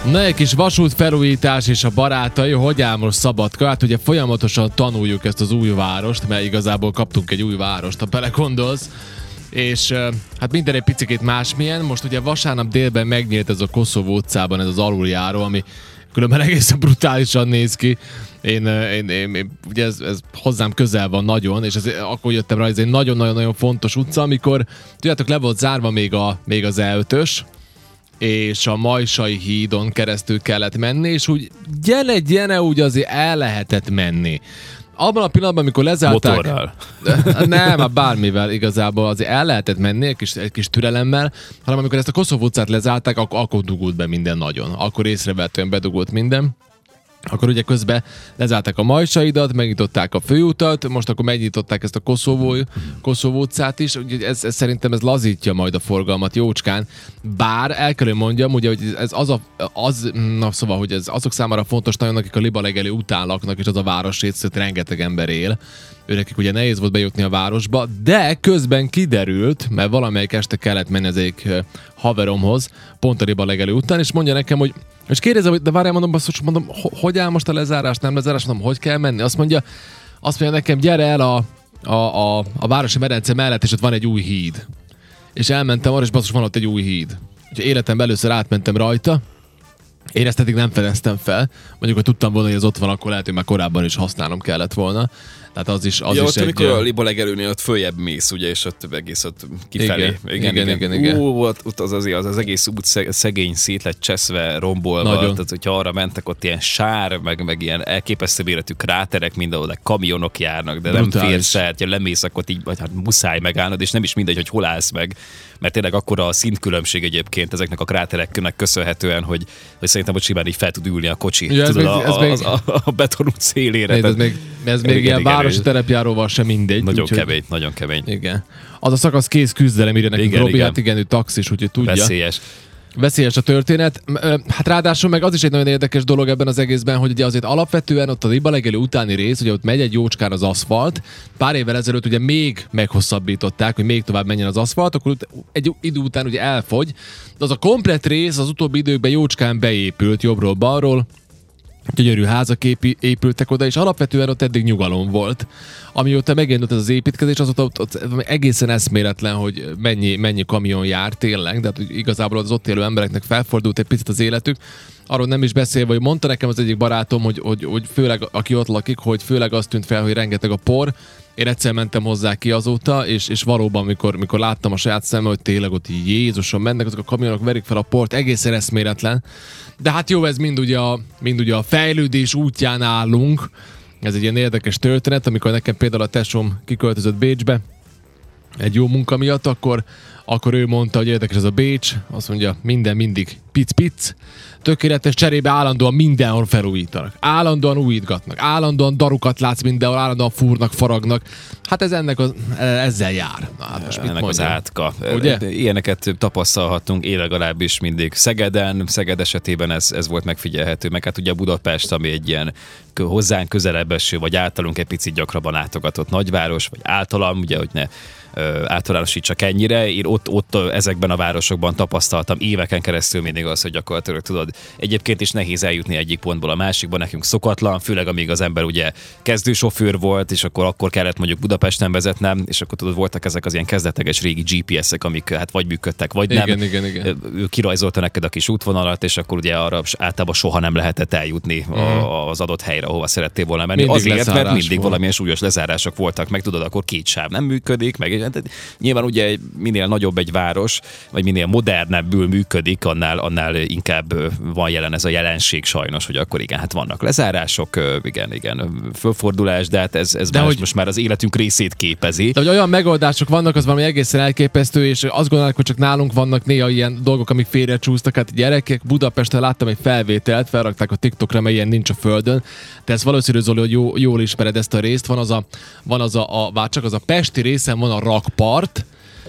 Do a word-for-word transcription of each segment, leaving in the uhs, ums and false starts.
Na, egy kis vasútfelújítás és a barátai, hogy áll most Szabadka? Hát ugye folyamatosan tanuljuk ezt az új várost, mert igazából kaptunk egy új várost, ha belegondolsz. És hát minden egy picikét másmilyen. Most ugye vasárnap délben megnyílt ez a Koszovó utcában ez az aluljáró, ami különben egészen brutálisan néz ki. Én, én, én, én ugye ez, ez hozzám közel van nagyon, és ez, akkor jöttem rá, ez egy nagyon-nagyon fontos utca, amikor tudjátok, le volt zárva még, a, még az E ötös, és a Majsai hídon keresztül kellett menni, és úgy gyere, gyere, úgy azért el lehetett menni. Abban a pillanatban, amikor lezárták... Motorral. Nem, hát bármivel igazából azért el lehetett menni, egy kis, egy kis türelemmel, hanem amikor ezt a Koszovó utcát lezárták, akkor, akkor dugult be minden nagyon. Akkor észrevehetően bedugult minden. Akkor ugye közben lezárták a Majsaidat, megnyitották a főutat, most akkor megnyitották ezt a Koszovó, Koszovó utcát is, ugye ez, ez szerintem ez lazítja majd a forgalmat jócskán, bár el kell, hogy mondjam, ugye, hogy ez az, a, az na szóval, hogy ez azok számára fontos nagyon, akik a Liba-legelő után laknak, és az a városrész, rengeteg ember él, őnekik ugye nehéz volt bejutni a városba, de közben kiderült, mert valamelyik este kellett menni az egyik haveromhoz, pont a Liba-legelő után, és mondja nekem, hogy és kérdezem, hogy de várjál, mondom, basszus, mondom, hogy áll most a lezárás, nem lezárás, mondom, hogy kell menni? Azt mondja, azt mondja nekem, gyere el a, a, a, a városi medence mellett, és ott van egy új híd. És elmentem arra, és basszus, van ott egy új híd. Úgyhogy életemben először átmentem rajta, én ezt eddig nem fedeztem fel. Mondjuk, hogy tudtam volna, hogy ez ott van, akkor lehet, hogy már korábban is használnom kellett volna. Tehát az is, az ja, is ott, egy... amikor a Liba-legelőnél ott följebb mész, ugye, és ott egész ott kifelé. Igen, igen, igen. igen, igen. Ú, ott, ott az, az, az, az egész út szegény szét lett cseszve, rombolva. Nagyon. Tehát, hogyha arra mentek, ott ilyen sár, meg, meg ilyen elképesztő méretű kráterek mindenhol, de kamionok járnak, de brutális. Nem férsz el, ha lemész, akkor így, vagy hát muszáj megállnod, és nem is mindegy, hogy hol állsz meg, mert tényleg akkora a szintkülönbség egyébként ezeknek a krátereknek köszönhetően, hogy, hogy szerintem ott simán így fel tud ülni a kocsi. Ja, tudod, még, a, még, a, a, a betonút szélére. Ez, ez még, ez még igen, ilyen igen, városi terepjáróval sem mindegy. Nagyon úgy, kemény, hogy... nagyon kemény. Igen. Az a szakasz kész küzdelem, írja nekünk Robi, hát igen, ő taxis, úgyhogy tudja. Veszélyes. Veszélyes a történet. Hát ráadásul meg az is egy nagyon érdekes dolog ebben az egészben, hogy ugye azért alapvetően ott a Liba-legelő utáni rész, ugye ott megy egy jócskán az aszfalt, pár évvel ezelőtt ugye még meghosszabbították, hogy még tovább menjen az aszfalt, akkor egy idő után ugye elfogy, de az a komplett rész az utóbbi időkben jócskán beépült jobbról-balról, gyönyörű házak épi, épültek oda, és alapvetően ott eddig nyugalom volt. Amióta megindult ez az építkezés, azóta ott, ott egészen eszméletlen, hogy mennyi, mennyi kamion jár tényleg, de hát igazából az ott élő embereknek felfordult egy picit az életük. Arról nem is beszélve, hogy mondta nekem az egyik barátom, hogy, hogy, hogy főleg aki ott lakik, hogy főleg azt tűnt fel, hogy rengeteg a por. Én egyszer mentem hozzá ki azóta, és, és valóban, mikor, mikor láttam a saját szemmel, hogy tényleg ott Jézuson mennek, azok a kamionok verik fel a port, egészen eszméletlen. De hát jó, ez mind ugye a, mind ugye a fejlődés útján állunk. Ez egy ilyen érdekes történet, amikor nekem például a tesóm kiköltözött Bécsbe egy jó munka miatt, akkor, akkor ő mondta, hogy érdekes ez a Bécs, azt mondja, minden mindig pic-pic, tökéletes, cserébe állandóan mindenhol felújítanak, állandóan újítgatnak, állandóan darukat látsz mindenhol, állandóan fúrnak, faragnak. Hát ez ennek az, ezzel jár. Na, hát most mit ennek mondjam? Az átka. Ugye? Ilyeneket tapasztalhattunk, én legalábbis mindig Szegeden, Szeged esetében ez, ez volt megfigyelhető, meg hát ugye Budapest, ami egy ilyen hozzánk közelebb eső, vagy általunk egy picit gyakrabban látogatott nagyváros, vagy általam, ugye, hogy ne általánosítsak ennyire. Én ott, ott ezekben a városokban tapasztaltam éveken keresztül mindig az, hogy gyakorlatilag tudod, egyébként is nehéz eljutni egyik pontból a másikba, nekünk szokatlan, főleg amíg az ember ugye kezdősofőr volt, és akkor akkor kellett mondjuk Budapesten vezetnem, és akkor tudod, voltak ezek az ilyen kezdetleges régi gé pé es-ek, amik hát vagy működtek, vagy nem. Igen, igen, igen. Ő kirajzolta neked a kis útvonalat, és akkor ugye arra általában soha nem lehetett eljutni mm. az adott helyre, ahova szerettél volna menni. Mindig azért, mert mindig volt. valamilyen súlyos lezárások voltak, meg tudod, akkor két sáv nem működik, meg nyilván ugye minél nagyobb egy város, vagy minél modernebbül működik, annál, annál inkább van jelen ez a jelenség sajnos, hogy akkor igen, hát vannak lezárások, igen, igen, fölfordulás, de hát ez, ez de más, hogy... most már az életünk részét képezi. De hogy olyan megoldások vannak, az valami egészen elképesztő, és azt gondolják, hogy csak nálunk vannak néha ilyen dolgok, amik félrecsúsztak. Hát gyerekek, Budapesten láttam egy felvételt, felrakták a TikTokra, mert ilyen nincs a földön, de ez valószínű, Zoli, hogy jó, jól ismered ezt a részt. Van az a, van az a, a vár csak az a pesti részen van a rakpart,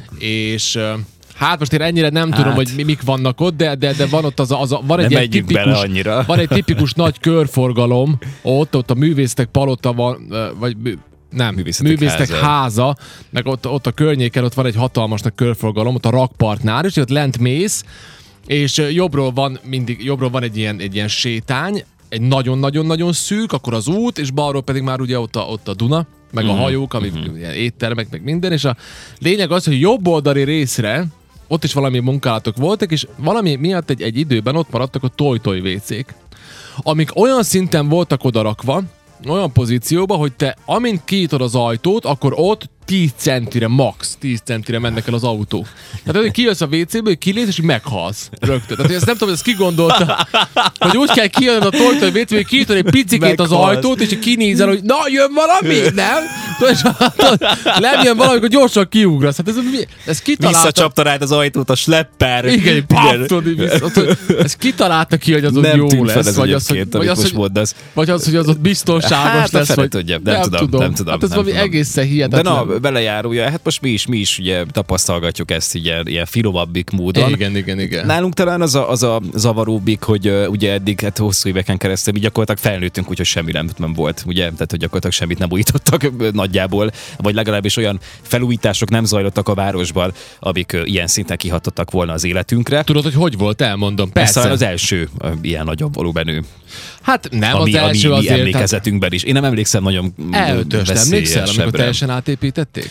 és hát most én ennyire nem hát. tudom, hogy mik vannak ott, de, de, de van ott az a, az a van egy ilyen tipikus, van egy tipikus nagy körforgalom, ott, ott a művészek palota van, vagy nem, művészetek, művészetek háza. háza, meg ott, ott a környéken ott van egy hatalmas nagy körforgalom, ott a rakpartnál, és ott lent mész, és jobbról van mindig, jobbról van egy ilyen, egy ilyen sétány, egy nagyon-nagyon-nagyon szűk, akkor az út, és balról pedig már ugye ott a, ott a Duna, meg mm. a hajók, amik mm. ilyen éttermek, meg minden, és a lényeg az, hogy jobb oldali részre ott is valami munkálatok voltak, és valami miatt egy, egy időben ott maradtak a toj-toj vécék, amik olyan szinten voltak odarakva, olyan pozícióban, hogy te amint kinyitod az ajtót, akkor ott tíz centire, max tíz centire mennek el az autók. Tehát, hogy kijössz a vécéből, hogy kilépsz, és meghalsz rögtön. Tehát, ezt nem tudom, hogy ezt kigondolta, hogy úgy kell kijönnöd a toj-toj vécéből, hogy kinyitod egy picikét az ajtót, és kinézel, hogy na, jön valami, nem? És nem jön valami, hogy gyorsan kiugrasz. Hát ez, ez kitalálta... Visszacsapta rád az ajtót a slepper. Igen, ez kitalálta ki, hogy az ott jó lesz. Vagy az, hogy, vagy, az, hogy, vagy az, hogy az ott biztonságos hát, lesz. Vagy, tudja, nem, nem, tudom, tudom, nem tudom. Hát ez valami egészen hihetetlen. Belejárója. Hát most mi is, mi is ugye tapasztalgatjuk ezt ilyen, ilyen finomabbik módon. Igen, igen, igen. Nálunk talán az a, az a zavaróbbik, hogy uh, ugye eddig hát hosszú éveken keresztül mi gyakorlatilag felnőttünk, úgyhogy semmi nem, nem volt, ugye? Tehát, hogy gyakorlatilag semmit nem újítottak nagyjából, vagy legalábbis olyan felújítások nem zajlottak a városban, amik uh, ilyen szinten kihatottak volna az életünkre. Tudod, hogy hogy volt? Elmondom. Persze. Ez az első uh, ilyen nagyobb volumenű. Hát nem ami, az első ami azért. emlékezetünkben is. Én nem emlékszem nagyon E ötös, emlékszel, amikor teljesen átépítették?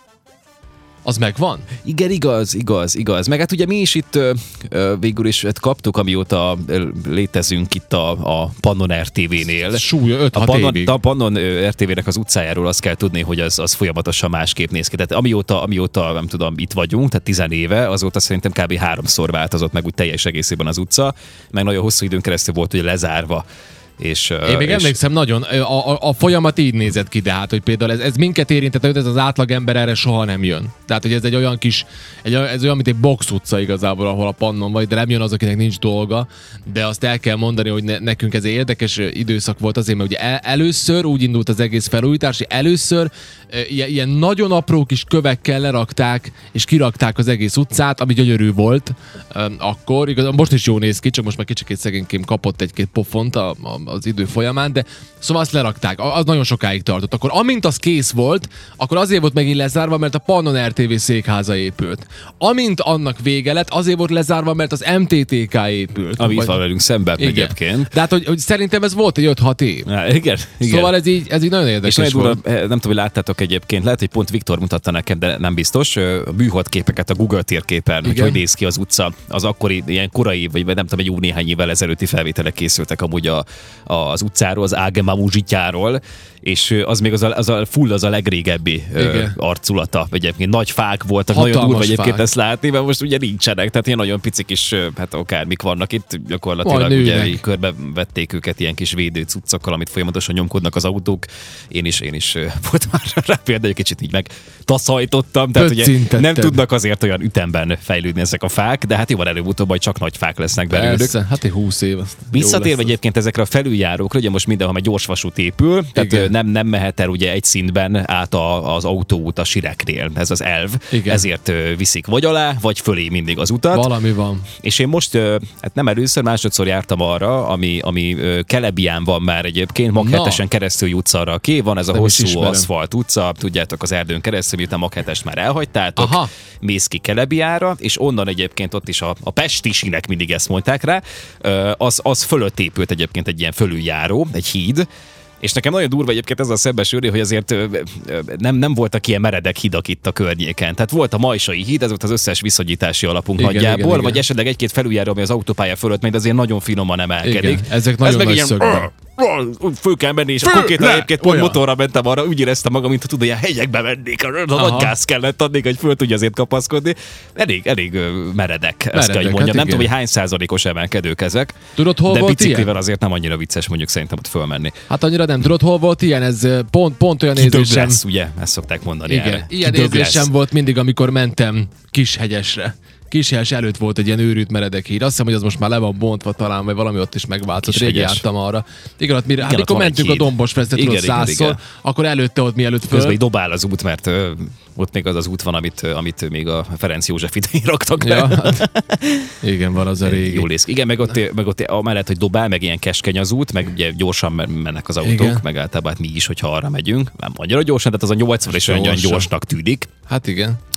Az megvan? Igen, igaz, igaz, igaz. Meg hát ugye mi is itt ö, ö, végül is hát kaptuk, amióta létezünk itt a, a Pannon er té vé-nél. Súly, öt-hat évig. A Pannon er té vé-nek az utcájáról azt kell tudni, hogy az, az folyamatosan másképp néz ki. Tehát amióta, amióta, nem tudom, itt vagyunk, tehát tizen éve, azóta szerintem kb. háromszor változott meg úgy teljes egészében az utca, meg nagyon hosszú időn keresztül volt ugye lezárva. És, Én még és... emlékszem nagyon, a, a, a folyamat így nézett ki, de hát, hogy például ez, ez minket érintett, ez az átlagember erre soha nem jön. Tehát, hogy ez egy olyan kis, egy, ez olyan, mint egy box utca igazából, ahol a Pannon vagy, de nem jön az, akinek nincs dolga, de azt el kell mondani, hogy ne, nekünk ez egy érdekes időszak volt azért, mert ugye el, először úgy indult az egész felújítás, hogy először e, ilyen, ilyen nagyon apró kis kövekkel lerakták, és kirakták az egész utcát, ami gyönyörű volt e, akkor, igaz, most is jó néz ki, csak most már kicsikét szegénykém kapott egy-két pofont a, a az idő folyamán, de szóval azt lerakták, az nagyon sokáig tartott. Akkor amint az kész volt, akkor azért volt megint lezárva, mert a Pannon er té vé székháza épült. Amint annak vége lett, azért volt lezárva, mert az em té té ká épült. Ami itt van velünk szemben egyébként. De hát, hogy, hogy szerintem ez volt egy öt-hat év. Ja, igen, igen. Szóval ez így, ez így nagyon érdekes és volt. Durva, nem tudom, hogy láttátok egyébként, lehet, hogy pont Viktor mutatta nekem, de nem biztos, a műholdképeket a Google térképen, hogy hogy néz ki az utca. Az akkori ilyen korai, vagy nem tudom, egy jó néhány évvel ezelőtti felvételek készültek amúgy a az utcáról, az Ágemamú zsityáról, és az még az a, az a full, az a legrégebbi ö, arculata. Egyébként nagy fák voltak, hatalmas nagyon durva egyébként fák. Ezt látni, mert most ugye nincsenek, tehát ilyen nagyon picik is, hát akármik vannak itt, gyakorlatilag ugye körbe vették őket ilyen kis védő cuccokkal, amit folyamatosan nyomkodnak az autók. Én is, én is volt már rá például, egy kicsit így meg taszajtottam, tehát ugye nem tudnak azért olyan ütemben fejlődni ezek a fák, de hát jó van előbb-utóbb, hogy csak nagy fák lesznek belőlük. Persze, hát egy húsz év. Visszatérve egyébként ezekre a felüljárókra, ugye most mindenhol egy gyorsvasút épül, tehát nem, nem mehet el ugye egy szintben át a, az autóút a sireknél, ez az elv. Igen. Ezért viszik vagy alá, vagy fölé mindig az utat. Valami van. És én most, hát nem először, másodszor jártam arra, ami, ami Kelebián van már egyébként, Maghetesen keresztül jutsz arra ki, van ez a nem hosszú aszfalt utca, tudjátok, az erdőn keresztül, miután Maghetest már elhagytátok, aha, mész ki Kelebiára, és onnan egyébként ott is a, a pestisinek mindig ezt mondták rá, az, az fölött épült egyébként egy ilyen fölüljáró, egy híd, és nekem nagyon durva egyébként ez a szembesülni, hogy azért nem, nem voltak ilyen meredek hidak itt a környéken. Tehát volt a Majsai híd, ez volt az összes viszonyítási alapunk igen, nagyjából, igen, igen. Vagy esetleg egy-két felüljáró, ami az autópálya fölött megy, azért nagyon finoman emelkedik. Igen, ezek nagyon ez nagy szögben. Föl kell menni, és konkrétan egyébként pont motorra mentem arra, úgy éreztem magam, mint ha tudod, ilyen hegyekbe mennék, a nagy gáz kellett adnék, hogy föl tudja azért kapaszkodni. Elég, elég meredek, meredek ezt kell, hogy mondjam. Hát nem tudom, hogy hány százalékos emelkedők ezek. Tudod, hol de volt biciklivel ilyen? Azért nem annyira vicces mondjuk szerintem ott fölmenni. Hát annyira nem. Tudod, hol volt ilyen? Ez pont, pont olyan Kidög érzésem. Lesz, ugye? Ezt szokták mondani. Igen. Erre. Ilyen Kidög érzésem lesz. volt mindig, amikor mentem Kishegyesre. Kishegyes előtt volt egy ilyen őrült meredek híd. Azt hiszem, hogy az most már le van bontva talán, vagy valami ott is megváltozott. Régen jártam arra. Igen, ott mire, hát mikor mentünk a Dombosfesztre, tudod, százszor, akkor előtte ott mielőtt föl. Közben így dobál az út, mert ö, ott még az az út van, amit, amit még a Ferenc József idején raktak be. Ja, hát, igen, van az a régi. Jól néz ki. Igen, meg ott, meg ott amellett, hogy dobál, meg ilyen keskeny az út, meg ugye gyorsan mennek az autók, igen. Meg általában hát mi is, hogyha arra megyünk. Nem annyira gyorsan, tehát az a nyolcvan és olyan gyorsnak tűnik. Hát igen.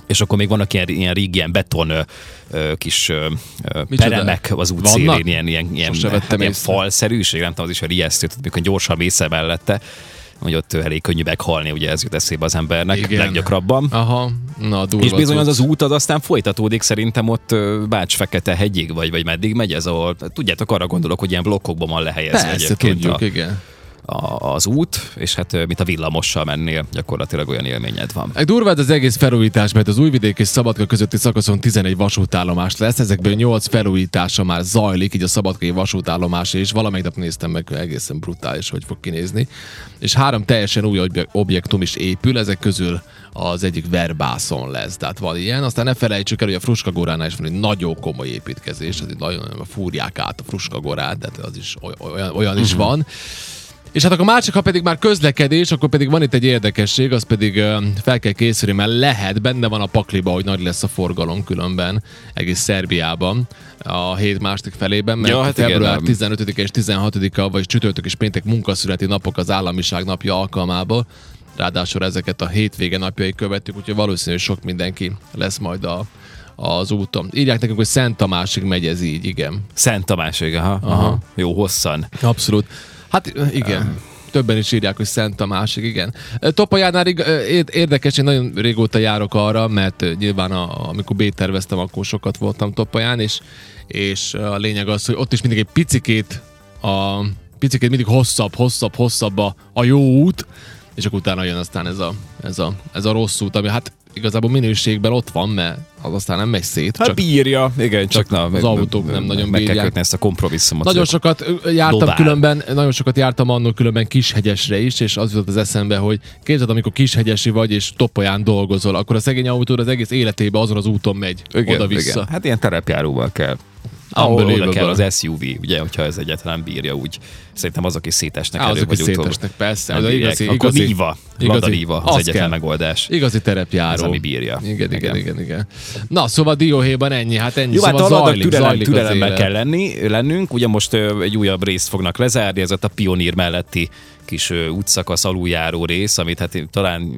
és akkor még vannak ilyen, ilyen régi ilyen beton ö, ö, kis ö, peremek az út szélén, ilyen, ilyen, ilyen, hát ilyen falszerűség, nem tudom, az is a rijesztő, amikor gyorsan mész mellette, hogy ott elég könnyű meghalni, ugye ez jut eszébe az embernek. Igen. Leggyakrabban. Aha, na durva. És bizony az az út az aztán folytatódik szerintem ott Bács-Fekete-hegyig, vagy, vagy meddig megy ez, ahol tudjátok, arra gondolok, hogy ilyen blokkokban van lehelyezve. Persze, tudjuk, a, igen. A, az út, és hát mint a villamossal mennél, gyakorlatilag olyan élményed van. Egy durvád az egész felújítás, mert az Újvidék és Szabadka közötti szakaszon tizenegy vasútállomás lesz, ezekből nyolc felújítása már zajlik, így a szabadkai vasútállomás, és valamelyik nap néztem meg, egészen brutális, hogy fog kinézni. És három teljesen új objektum is épül, ezek közül az egyik Verbászon lesz, tehát van ilyen. Aztán ne felejtsük el, hogy a Fruskagoránál is van egy nagyon komoly építkezés, ez nagyon fúrják át a Fruskagorát, de az is olyan, olyan is uh-huh. van. És hát akkor másik, ha pedig már közlekedés, akkor pedig van itt egy érdekesség, az pedig uh, fel kell készülni, mert lehet, benne van a pakliba, hogy nagy lesz a forgalom különben egész Szerbiában a hét második felében, mert ja, hát február igen, tizenötödike és tizenhatodika, vagy csütörtök és péntek munkaszüneti napok az államiság napja alkalmából. Ráadásul ezeket a hétvége napjai követjük, úgyhogy valószínű, hogy sok mindenki lesz majd a az úton. Írják nekünk, hogy Szent Tamásig megy ez így, igen. Szent Tamásig, aha, aha. aha. Jó hosszan. Abszolút. Hát igen, um. többen is írják, hogy Szent Tamásig, igen. Topajánál érdekes, én nagyon régóta járok arra, mert nyilván a, amikor B-terveztem, akkor sokat voltam Topaján, és, és a lényeg az, hogy ott is mindig egy picikét, a, picikét mindig hosszabb, hosszabb, hosszabb a, a jó út, és akkor utána jön aztán ez a, ez a, ez a rossz út, ami hát igazából minőségben ott van, mert az aztán nem megy szét. Hát csak bírja, igen, csak, csak na, az autók meg, nem nagyon meg bírják. Meg kell kötni ezt a kompromisszumot. Nagyon sokat jártam dobál. különben, nagyon sokat jártam annól különben Kishegyesre is, és az jutott az eszembe, hogy képzeld, amikor Kishegyesi vagy, és Topaján dolgozol, akkor a szegény autó az egész életében azon az úton megy, igen, oda-vissza. Igen. Hát ilyen terepjáróval kell. Ahol oda kell az es u vé, ugye, hogyha ez egyáltalán bírja úgy. Szerintem azok is szétesnek elő, vagy utóbb. Szétesnek, persze. Az igazi, akkor igazi, Niva, Lada Niva az, az egyetlen kell. megoldás. Igazi terepjáró. Ez, ami bírja. Igen, igen, igen, igen. Na, szóval Dióhéjban ennyi, hát ennyi. Jó, szóval hát zajlik, türelem, zajlik türelemmel kell lenni, lennünk. Ugye most uh, egy újabb részt fognak lezárni, ez a Pionír melletti kis uh, útszakasz aluljáró rész, amit hát talán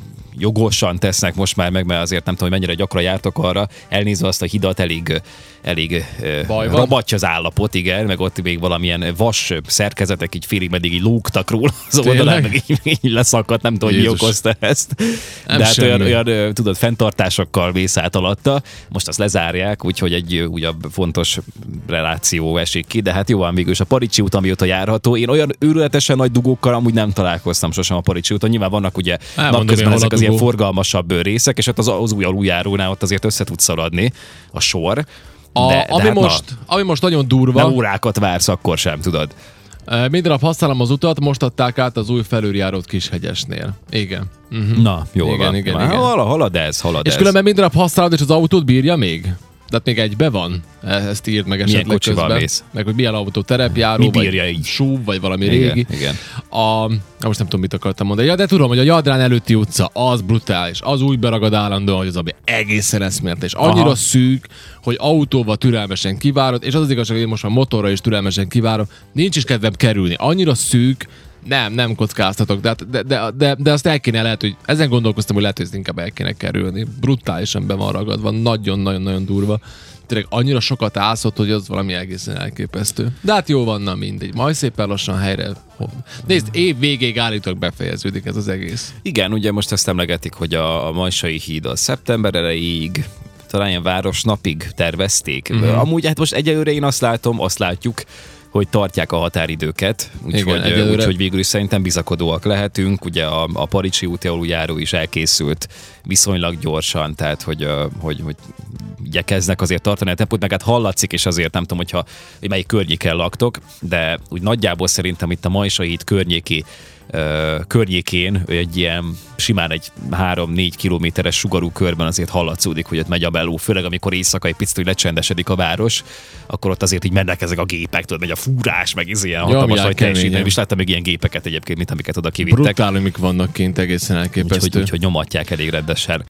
jogosan tesznek most már meg, mert azért nem tudom, hogy mennyire gyakran jártok arra, elnézve azt a hidat, elég, elég rabatty az állapot, igen, meg ott még valamilyen vas szerkezetek így félig meddig így lógtak róla az oldalán, meg így, így leszakadt, nem tudom, hogy mi okozta ezt. Nem de hát olyan, olyan, tudod, fenntartásokkal vész át alatta, most azt lezárják, úgyhogy egy újabb fontos reláció esik ki, de hát jó van végül is a Paricsi út, amióta járható. Én olyan őrületesen nagy dugókkal amúgy nem találkoztam sosem a Paricsi úton, nyilván vannak ugye napközben ezek az ilyen forgalmasabb részek, és ott az, az új aluljárónál ott azért össze tud szaladni a sor. A, de, ami, de hát most, na, ami most nagyon durva. De órákat vársz, akkor sem tudod. Minden nap használom az utat, most adták át az új felüljárót Kishegyesnél. Igen. Uh-huh. Na, jó igen, van. Igen, igen, igen. Halad, halad ez, halad és ez. különben minden nap használod, és az autót bírja még? De hát még egybe van. Ezt írd meg esetleg milyen közben. Mész? Meg hogy milyen autó, terepjáró, vagy súv, vagy valami igen, régi. Igen. A, most nem tudom, mit akartam mondani. Ja, de tudom, hogy a Jadrán előtti utca az brutális. Az úgy beragad állandóan, hogy az ami egészen eszméletlen. És annyira aha. szűk, hogy autóval türelmesen kivárod, és az az igazság, hogy én most már motorra is türelmesen kivárom. Nincs is kedvem kerülni. Annyira szűk, nem, nem kockáztatok, de, de, de, de, de azt el kéne, lehet, hogy ezen gondolkoztam, hogy lehet, hogy ezt inkább el kéne kerülni. Brutálisan be van ragadva, nagyon-nagyon-nagyon durva. Tényleg annyira sokat ászott, hogy az valami egészen elképesztő. De hát jó van, na mindegy. Majd szépen lassan helyre. Nézd, év végéig állítólag befejeződik ez az egész. Igen, ugye most ezt emlegetik, hogy a, a Majsai híd a szeptember elejéig, talán ilyen városnapig tervezték. Uh-huh. Amúgy hát most egyelőre én azt látom, azt látjuk, hogy tartják a határidőket, úgyhogy úgy, úgy végül is szerintem bizakodóak lehetünk. Ugye a, a Paricsi úti aluljáró is elkészült viszonylag gyorsan, tehát hogy, hogy, hogy igyekeznek azért tartani a tempót, meg hát hallatszik, és azért nem tudom, hogyha melyik környéken laktok, de úgy nagyjából szerintem itt a Majsai híd környéki Uh, környékén egy ilyen simán egy három-négy kilométeres sugarú körben azért hallatszódik, hogy ott megy a meló, főleg amikor éjszaka egy picit, hogy lecsendesedik a város, akkor ott azért így mennek ezek a gépek, tudod, megy a fúrás, meg ez ilyen hatalmas nagy teljesítmény, és láttam még ilyen gépeket egyébként, mint amiket oda kivittek. Brutál, amik vannak kint, egészen elképesztő. Úgyhogy úgy, úgy, nyomatják elég rendesen.